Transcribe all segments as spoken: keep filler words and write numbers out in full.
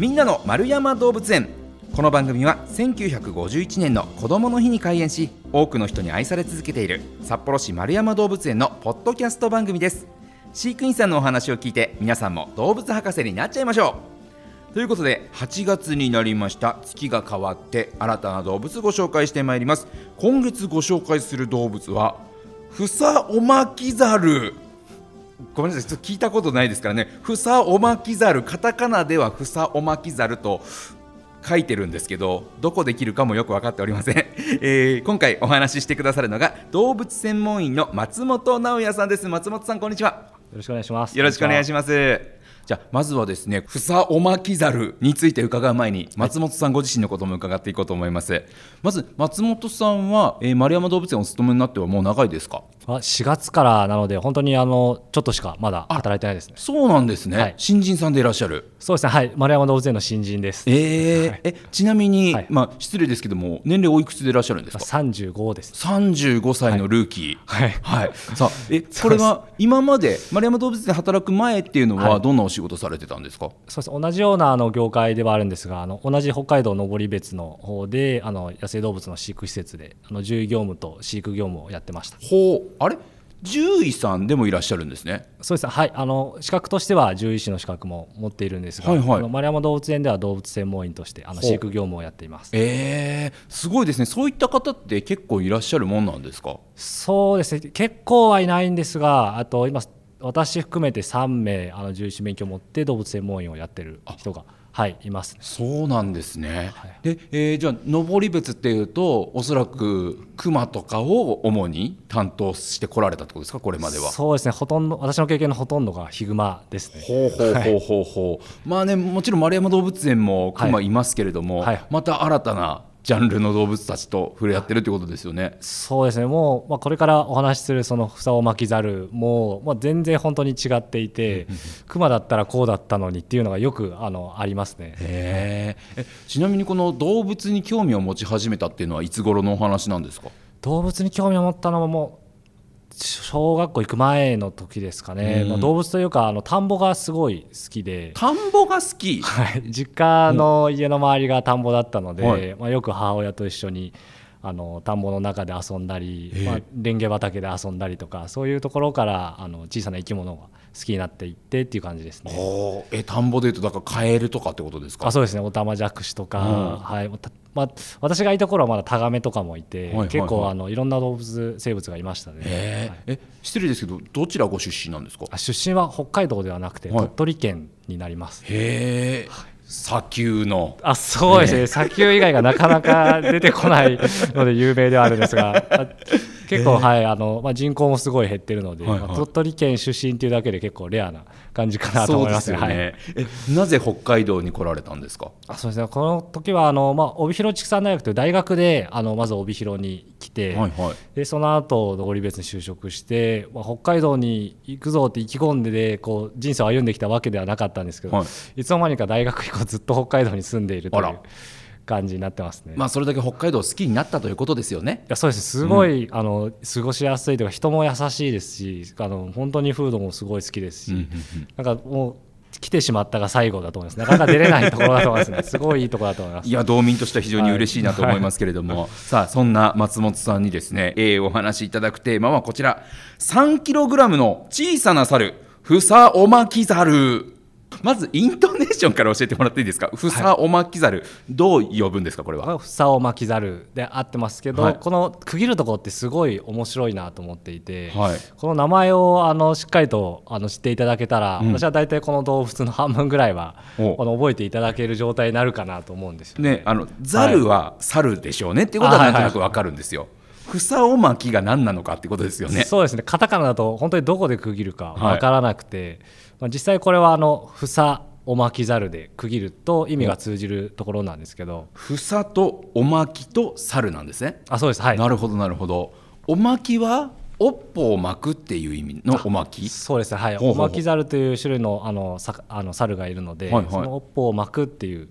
みんなの丸山動物園。この番組はせんきゅうひゃくごじゅういちねんの子どもの日に開園し、多くの人に愛され続けている札幌市丸山動物園のポッドキャスト番組です。飼育員さんのお話を聞いて、皆さんも動物博士になっちゃいましょう。ということで、はちがつになりました。月が変わって新たな動物ご紹介してまいります。今月ご紹介する動物はフサオマキザル。ごめんなさい、ちょっと聞いたことないですからね。フサオマキザル、カタカナではフサオマキザルと書いてるんですけど、どこで切るかもよく分かっておりません。えー、今回お話ししてくださるのが動物専門員の松本直也さんです。松本さん、こんにちは。 よろしくお願いします。 よろしくお願いします。じゃあまずはですね、フサオマキザルについて伺う前に、松本さんご自身のことも伺っていこうと思います。はい、まず松本さんは、えー、丸山動物園お勤めになってはもう長いですか？ しがつからなので、本当にあのちょっとしかまだ働いてないですね。 そうなんですね。はい、新人さんでいらっしゃる？ そうですね、はい、丸山動物園の新人です。 えーはい、えちなみに、 はい、 まあ、失礼ですけども、年齢おいくつでいらっしゃるんですか？ さんじゅうごです。 さんじゅうごさいのルーキー。 はいはいはい、さあえこれは今まで丸山動物園で働く前っていうのはどんなお仕事されてたんですか？はい、 そうです。同じようなあの業界ではあるんですが、あの同じ北海道登別の方であの野生動物の飼育施設であの獣医業務と飼育業務をやってました。 ほう、あれ獣医さんでもいらっしゃるんですね。 そうです。はい、あの資格としては獣医師の資格も持っているんですが、はいはい、あの丸山動物園では動物専門員としてあの飼育業務をやっています。 えー、すごいですね。そういった方って結構いらっしゃるもんなんですか？ そうですね、結構はいないんですが、あと今私含めてさんめいあの獣医師免許を持って動物専門員をやってる人が、はい、います、ね。 そうなんですね。 はい、 で、えー、じゃあ登別っていうとおそらくクマとかを主に担当してこられたってことですか？これまでは。 そうですね、ほとんど私の経験のほとんどがヒグマですね。 ほうほうほうほうほう、はい、まあね、もちろん丸山動物園もクマいますけれども、はいはい、また新たなジャンルの動物たちと触れ合ってるということですよね。 そうですね、もう、まあ、これからお話しするそのフサオマキザルも、まあ、全然本当に違っていてクマだったらこうだったのにっていうのがよく あのありますね。 へえ。ちなみにこの動物に興味を持ち始めたっていうのはいつ頃のお話なんですか？ 動物に興味を持ったのはもう小学校行く前の時ですかね。まあ、動物というかあの田んぼがすごい好きで。 田んぼが好き？ はい、実家の家の周りが田んぼだったので、はい、まあ、よく母親と一緒にあの田んぼの中で遊んだり、まあ、レンゲ畑で遊んだりとか、そういうところからあの小さな生き物が好きになっていってっていう感じですね。 おえ田んぼでいうとだからカエルとかってことですか？ あ、そうですね、オタマジャクシとか、うん、はい、まあ、私がいた頃はまだタガメとかもいて、はいはいはい、結構あのいろんな動物生物がいましたね。 えーはい、え失礼ですけど、どちらご出身なんですか？ あ、出身は北海道ではなくて、はい、鳥取県になります。 へえ、はい、砂丘の。 あ、そうですね、砂丘以外がなかなか出てこないので有名ではあるんですが結構、はい、あのまあ、人口もすごい減ってるので、はいはい、まあ、鳥取県出身というだけで結構レアな感じかなと思いますね。 そうですよね。はい、えなぜ北海道に来られたんですか？ あ、そうですね、この時はあの、まあ、帯広畜産大学という大学であのまず帯広に来て、はいはい、でその後登別に就職して、まあ、北海道に行くぞって意気込んででこう人生を歩んできたわけではなかったんですけど、はい、いつの間にか大学以降ずっと北海道に住んでいるという感じになってますね。 まあ、それだけ北海道好きになったということですよね。 いや、そうです。すごい、うん、あの過ごしやすいというか、人も優しいですし、あの本当にフードもすごい好きですし、うんうんうん、なんかもう来てしまったが最後だと思います。なかなか出れないところだと思いますね。すごいいいところだと思います。 いや、道民としては非常に嬉しいなと思いますけれども、はい、さあそんな松本さんにですね、えー、お話しいただくテーマはこちら、さんキログラムの小さな猿、フサオマキザル。まずイントネーションから教えてもらっていいですか？フサオマキザル、はい、どう呼ぶんですか？これはフサオマキザルで合ってますけど、はい、この区切るところってすごい面白いなと思っていて、はい、この名前をあのしっかりとあの知っていただけたら、うん、私は大体この動物の半分ぐらいはあの覚えていただける状態になるかなと思うんですよね。 ね、あのザルは猿でしょうねっていうことはなんとなく分かるんですよ。フサオマキが何なのかってことですよね。 そうですね、カタカナだと本当にどこで区切るか分からなくて、はい、まあ、実際これはあのフサオマキザルで区切ると意味が通じるところなんですけど、 フサとオマキと猿なんですね。 あ、そうです、はい、 なるほどなるほど。オマキはおっぽを巻くっていう意味のオマキ？ そうです、はい、オマキザルという種類のあのさあの猿がいるので、はいはい、そのおっぽを巻くっていう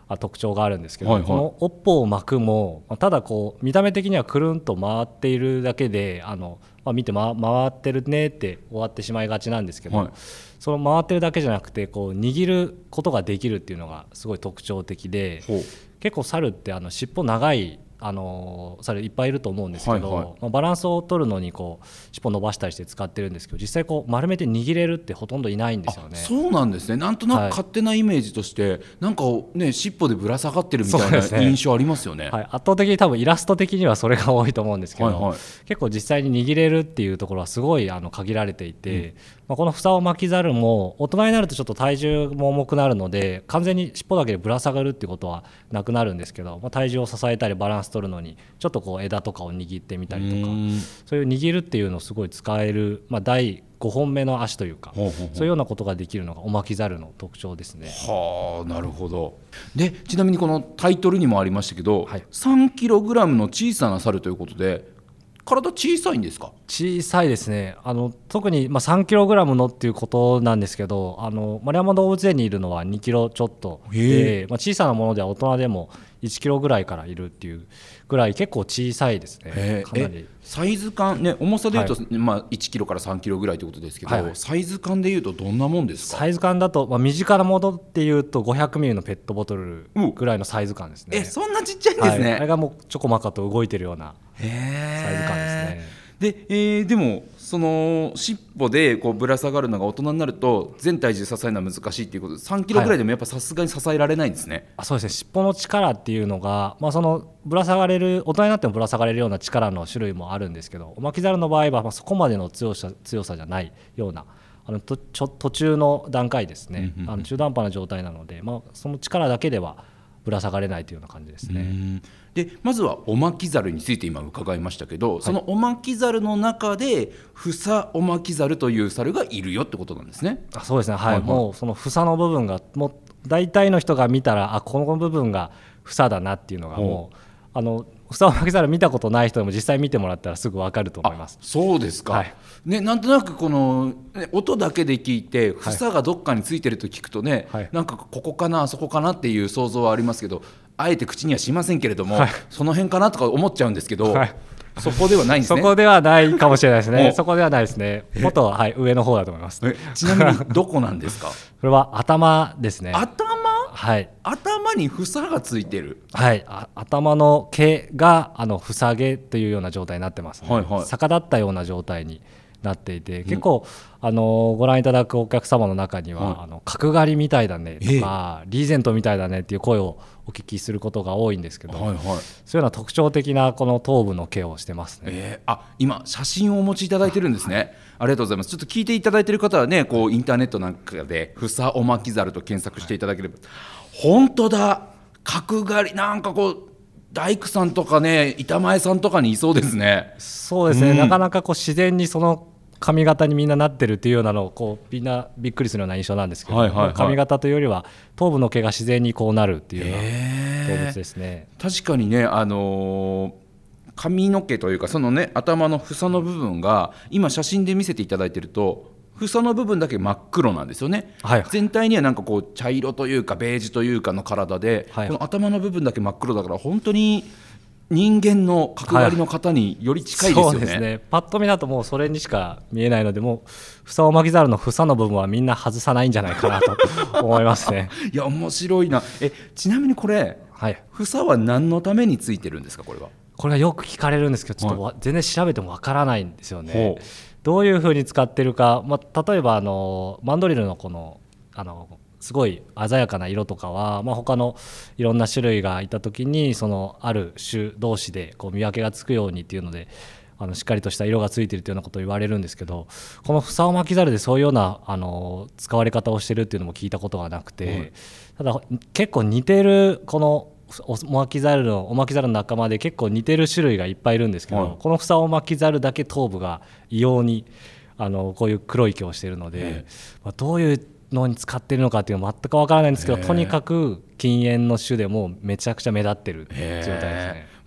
特徴があるんですけど、 はいはい、 この尾っぽを巻くもただこう見た目的にはくるんと回っているだけであの、まあ、見て、ま、回ってるねって終わってしまいがちなんですけど、はい、その回ってるだけじゃなくてこう握ることができるっていうのがすごい特徴的で、結構猿ってあの尻尾長いあの猿いっぱいいると思うんですけど、はいはい、まあ、バランスを取るのにこう尻尾伸ばしたりして使ってるんですけど、実際こう丸めて握れるってほとんどいないんですよね。 そうなんですね。なんとなく勝手なイメージとして、はい、なんかね尻尾でぶら下がってるみたいな印象ありますよね。 はい、圧倒的に多分イラスト的にはそれが多いと思うんですけど、はいはい、結構実際に握れるっていうところはすごいあの限られていて、うん、まあ、このフサオマキザルも大人になるとちょっと体重も重くなるので完全に尻尾だけでぶら下がるっていうことはなくなるんですけど、まあ、体重を支えたりバランス取るのにちょっとこう枝とかを握ってみたりとか、そういう握るっていうのをすごい使える、まあ、だいごほんめの足というか、ほうほうほう、そういうようなことができるのがオマキザルの特徴ですね。 はあ、なるほど。でちなみにこのタイトルにもありましたけど、はい、さんキログラムの小さな猿ということで体小さいんですか？ 小さいですね。あの特に、まあ、さんキログラムのっていうことなんですけど、あの丸山動物園にいるのはにキロちょっとで、まあ、小さなものでは大人でもいちキロぐらいからいるっていうぐらい結構小さいですね。かなりサイズ感、ね、重さでいうと、はい、まあ、いちキロからさんキロぐらいということですけど、はい、サイズ感でいうとどんなもんですか？ サイズ感だと、まあ、身近なものっていうとごひゃくミリのペットボトルぐらいのサイズ感ですね。 えそんなちっちゃいんですね。 はい、あれがもうちょこまかと動いてるようなサイズ感ですね。 で、えー、でもその尻尾でこうぶら下がるのが大人になると全体重支えるのは難しいっていうことでさんキロぐらいでもやっぱさすがに支えられないんですね。はい、 あそうですね。尻尾の力っていうのが、まあ、そのぶら下がれる大人になってもぶら下がれるような力の種類もあるんですけど、オマキザルの場合はまあそこまでの強さ、強さじゃないようなあのとちょ途中の段階ですね。あの中途半端な状態なので、まあ、その力だけではぶら下がれないというような感じですね。 うんでまずはオマキザルについて今伺いましたけど、はい、そのオマキザルの中でフサオマキザルという猿がいるよってことなんですね。 あそうですね、はいはい、もうそのフサの部分がもう大体の人が見たらあこの部分がフサだなっていうのがもうあのフサオマキザル見たことない人でも実際見てもらったらすぐ分かると思います。 そうですか、はいね、なんとなくこの、ね、音だけで聞いてフサがどっかについてると聞くとね、はい、なんかここかなあそこかなっていう想像はありますけど、あえて口にはしませんけれども、はい、その辺かなとか思っちゃうんですけど、はい、そこではないんですね。 そこではないかもしれないですね。そこではないですね。もっと、はい、上の方だと思います。 ちなみにどこなんですか？ これは頭ですね。 頭？ はい、 頭に房がついてる。 はい、あ頭の毛があの房毛というような状態になってますね。はいはい、逆立ったような状態になっていて、結構、うん、あのご覧いただくお客様の中には、はい、あの角刈りみたいだねとか、えー、リーゼントみたいだねっていう声をお聞きすることが多いんですけど、はいはい、そういうような特徴的なこの頭部の毛をしてますね。 えー、あ今写真をお持ちいただいてるんですね。はい、ありがとうございます。ちょっと聞いていただいている方はね、こうインターネットなんかでフサオマキザルと検索していただければ、はい、本当だ、角刈りなんかこう大工さんとかね板前さんとかにいそうですね。 そうですね、うん、なかなかこう自然にその髪型にみんななってるっていうようなのをこうみんなびっくりするような印象なんですけど、はいはいはい、髪型というよりは頭部の毛が自然にこうなるっていうような動物ですね。 確かにね、あのー、髪の毛というかそのね頭の房の部分が今写真で見せていただいてると房の部分だけ真っ黒なんですよね。はい、全体にはなんかこう茶色というかベージュというかの体で、はい、この頭の部分だけ真っ黒だから本当に人間の角刈りの方により近いですよね。はい、そうですね。 パッと見だともうそれにしか見えないので、もうフサオマキザルの房の部分はみんな外さないんじゃないかなと思いますね。 いや面白いな。えちなみにこれ、はい、房は何のためについてるんですか？これはこれはよく聞かれるんですけど、ちょっと全然調べてもわからないんですよね。はい、どういう風に使ってるか、まあ、例えばあのマンドリルのこのあのすごい鮮やかな色とかは、まあ、他のいろんな種類がいた時にそのある種同士でこう見分けがつくようにっていうのであのしっかりとした色がついてるというようなことを言われるんですけど、このフサオマキザルでそういうようなあの使われ方をしてるっていうのも聞いたことがなくて、ただ結構似てるこのオマキザルのオマキザルの仲間で結構似てる種類がいっぱいいるんですけど、このフサオマキザルだけ頭部が異様にあのこういう黒い毛をしているので、まあ、どういうのに使っているのかっていうのは全く分からないんですけど、とにかく禁煙の種でもめちゃくちゃ目立ってる状態ですね。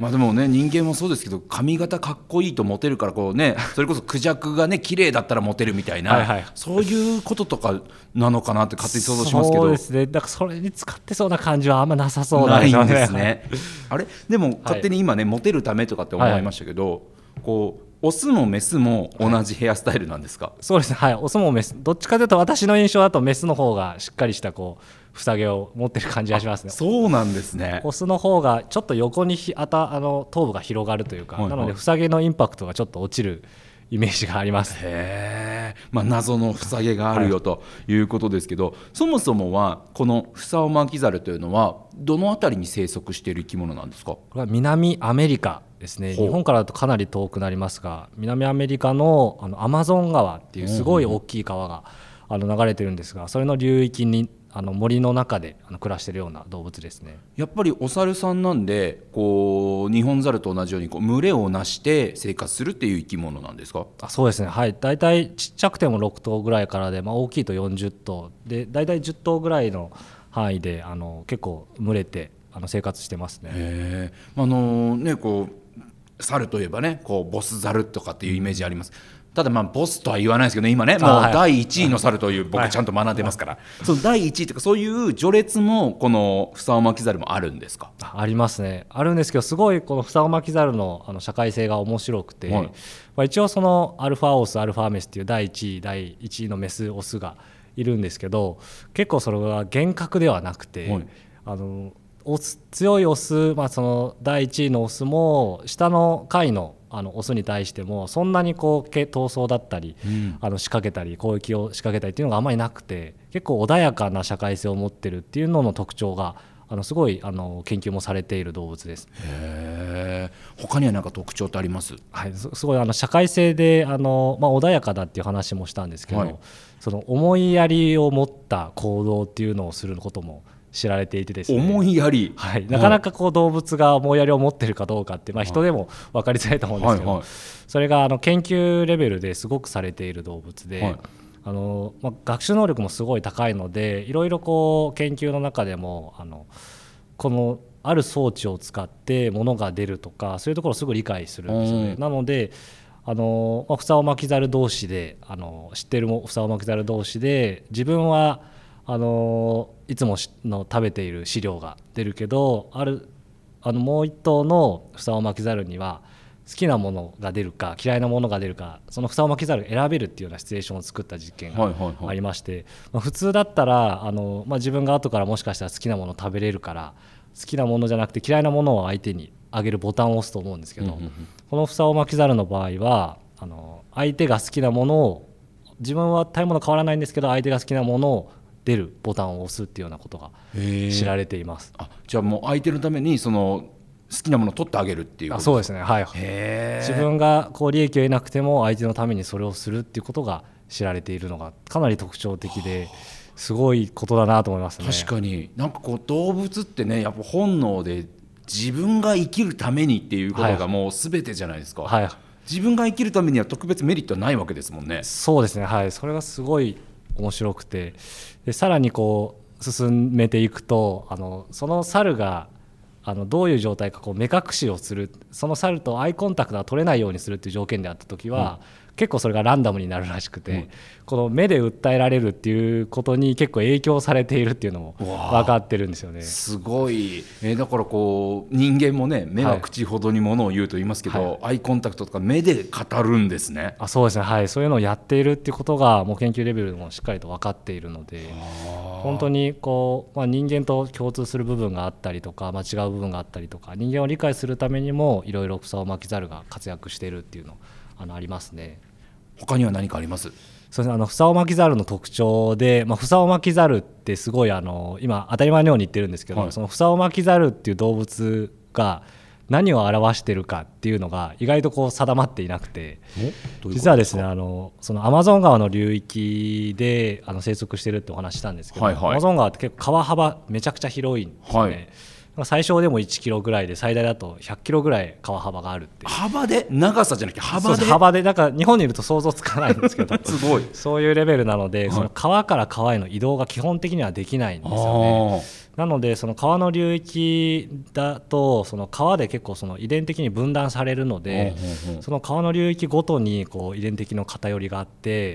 まあでもね、人間もそうですけど髪型かっこいいとモテるからこうね、それこそクジャクがね綺麗だったらモテるみたいなはい、はい、そういうこととかなのかなって勝手に想像しますけど。 そうですね、だからそれに使ってそうな感じはあんまなさそうなんですよね。 ないんですねあれでも勝手に今ね、はい、モテるためとかって思いましたけど、はい、こうオスもメスも同じヘアスタイルなんですか？はい、 そうですね、はい、オスもメス、どっちかというと私の印象だとメスの方がしっかりしたこうふげを持ってる感じがしますね。 そうなんですね。 オスの方がちょっと横にひあたあの頭部が広がるというか、はいはい、なのでふげのインパクトがちょっと落ちるイメージがあります。 へー、まあ、謎のふさげがあるよということですけど、はい、そもそもはこのフサオマキザルというのはどのあたりに生息している生き物なんですか？ これは南アメリカですね。日本からだとかなり遠くなりますが、南アメリカ の, あのアマゾン川っていうすごい大きい川があの流れてるんですが、それの流域にあの森の中であの暮らしているような動物ですね。 やっぱりお猿さんなんでこう日本猿と同じようにこう群れをなして生活するっていう生き物なんですか？ あ、そうですね、はい、だいたいちっちゃくてもろくとうぐらいからで、まあ、大きいとよんじゅっとうで、だいたいじゅっとうぐらいの範囲であの結構群れてあの生活してますね。 へー、あのね、こう猿といえばね、こうボス猿とかっていうイメージあります。ただまあボスとは言わないですけどね、今ねもうだいいちいの猿という僕ちゃんと学んでますから、はい、そのだいいちいとかそういう序列もこのフサオマキザルもあるんですか？ ありますね、あるんですけど、すごいこのフサオマキザル の, あの社会性が面白くて、はい、まあ、一応そのアルファオスアルファメスっていうだいいちいだいいちいのメスオスがいるんですけど、結構それは厳格ではなくて、はい、あのオス強いオス、まあ、そのだいいちいのオスも下の階のあのオスに対してもそんなにこう闘争だったり、うん、あの仕掛けたり攻撃を仕掛けたりっていうのがあんまりなくて、結構穏やかな社会性を持ってるっていうのの特徴があのすごいあの研究もされている動物です。 へー、他には何か特徴ってあります？ はい、すごいあの社会性であの、まあ、穏やかだっていう話もしたんですけど、はい、その思いやりを持った行動っていうのをすることも知られていてですね、 思いやり、 はい、なかなかこう動物が思いやりを持っているかどうかって、まあ、人でも分かりづらいと思うんですけど、はいはい、それがあの研究レベルですごくされている動物で、はい、あのまあ、学習能力もすごい高いので、いろいろこう研究の中でもあのこのある装置を使って物が出るとか、そういうところをすぐ理解するんですよね。なのであの、まあ、フサオマキザル同士であの知っているフサオマキザル同士で、自分はあのいつもの食べている飼料が出るけど、あるあのもう一頭のフサオマキザルには好きなものが出るか嫌いなものが出るか、そのフサオマキザルが選べるっていうようなシチュエーションを作った実験がありまして、はいはいはい、まあ、普通だったらあの、まあ、自分が後からもしかしたら好きなものを食べれるから好きなものじゃなくて嫌いなものを相手にあげるボタンを押すと思うんですけど、うんうんうん、このフサオマキザルの場合はあの相手が好きなものを、自分は食べ物変わらないんですけど相手が好きなものを出るボタンを押すっていうようなことが知られています。 あ、じゃあもう相手のためにその好きなものを取ってあげるっていうことですか？ あ、そうですね、はい、自分がこう利益を得なくても相手のためにそれをするっていうことが知られているのがかなり特徴的ですごいことだなと思いますね。 確かになんかこう動物ってね、やっぱ本能で自分が生きるためにっていうことがもう全てじゃないですか、はいはい、自分が生きるためには特別メリットはないわけですもんね。 そうですね、はい、それがすごい面白くて、でさらにこう進めていくと、あのその猿があのどういう状態かこう目隠しをする、その猿とアイコンタクトが取れないようにするっていう条件であった時は、うん、結構それがランダムになるらしくて、うん、この目で訴えられるっていうことに結構影響されているっていうのも分かってるんですよね。 すごい、えー、だからこう人間もね、目は口ほどにものを言うと言いますけど、はい、アイコンタクトとか目で語るんですね。 あ、そうですね、はい、そういうのをやっているっていうことがもう研究レベルでもしっかりと分かっているので、本当にこう、まあ、人間と共通する部分があったりとか、まあ、違う部分があったりとか、人間を理解するためにもいろいろフサオマキザルが活躍しているっていうのあのありますね。 他には何かあります？ そうですね、あのフサオマキザルの特徴で、まあ、フサオマキザルってすごいあの今当たり前のように言ってるんですけど、はい、そのフサオマキザルっていう動物が何を表しているかっていうのが意外とこう定まっていなくて、実はですね、あのそのアマゾン川の流域であの生息しているってお話したんですけど、はいはい、アマゾン川って結構川幅めちゃくちゃ広いんですよね、はい、最小でもいちキロぐらいで最大だとひゃっキロぐらい川幅があるっていう。 幅で、長さじゃなくて幅で。 そう幅で、なんか日本にいると想像つかないんですけどすごいそういうレベルなので、はい、その川から川への移動が基本的にはできないんですよね。 なのでその川の流域だとその川で結構その遺伝的に分断されるので、うんうんうん、その川の流域ごとにこう遺伝的な偏りがあって、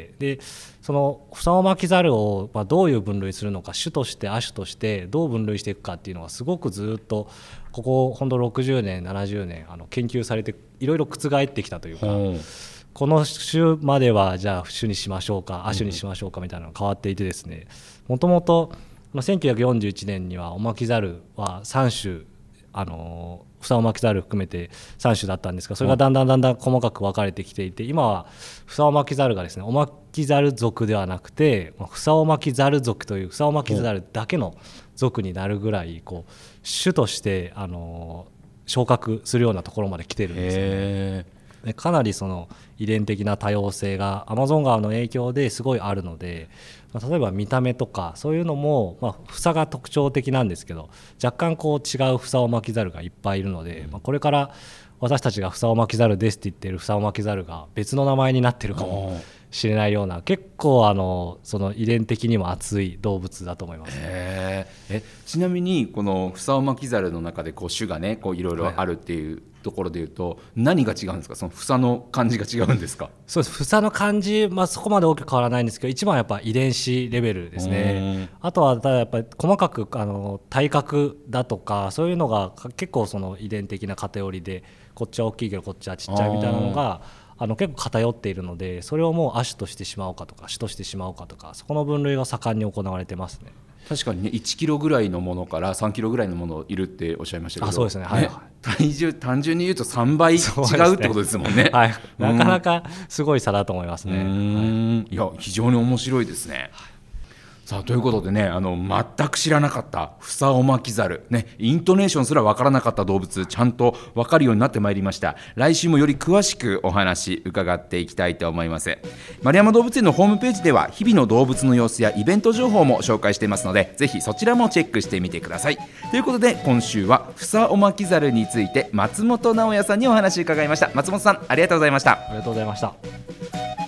でそのフサオマキザルをまあどういう分類するのか、種として亜種としてどう分類していくかっていうのがすごくずっとここほんとろくじゅうねんななじゅうねんあの研究されていろいろ覆ってきたというか、うん、この種まではじゃあ種にしましょうか亜種にしましょうかみたいなのが変わっていてですね、もともとせんきゅうひゃくよんじゅういちねんにはオマキザルはさん種、あのフサオマキザル含めてさん種だったんですが、それがだんだんだんだん細かく分かれてきていて、今はフサオマキザルがですねオマキザル属ではなくてフサオマキザル属というフサオマキザルだけの属になるぐらいこう種としてあの昇格するようなところまで来てるんですよね。でかなりその遺伝的な多様性がアマゾン川の影響ですごいあるので、まあ、例えば見た目とかそういうのも、まあ、房が特徴的なんですけど、若干こう違うフサオマキザルがいっぱいいるので、まあ、これから私たちがフサオマキザルですって言ってるフサオマキザルが別の名前になってるかもしれないような、結構あのその遺伝的にも厚い動物だと思います、ね。 ええちなみにこのフサオマキザルの中でこう種がねこういろいろあるっていう、はいところでいうと何が違うんですか？その房の感じが違うんですか？ そうです、房の感じ、まあ、そこまで大きく変わらないんですけど、一番はやっぱ遺伝子レベルですね。あとはただやっぱり細かくあの体格だとかそういうのが結構その遺伝的な偏りで、こっちは大きいけどこっちはちっちゃいみたいなのがあの結構偏っているので、それをもう亜種としてしまおうかとか種としてしまおうかとか、そこの分類が盛んに行われてますね。 確かにねいちキロぐらいのものからさんキロぐらいのものいるっておっしゃいましたけど、 あそうですね、はい、ね、 体重単純に言うとさんばい違うってことですもんね。 はい、なかなかすごい差だと思いますね。 うん、はい、いや非常に面白いですね。さあということでね、あの全く知らなかったフサオマキザル、ね、イントネーションすら分からなかった動物、ちゃんと分かるようになってまいりました。来週もより詳しくお話伺っていきたいと思います。丸山動物園のホームページでは日々の動物の様子やイベント情報も紹介していますので、ぜひそちらもチェックしてみてください。ということで今週はフサオマキザルについて松本直也さんにお話伺いました。松本さんありがとうございました。 ありがとうございました。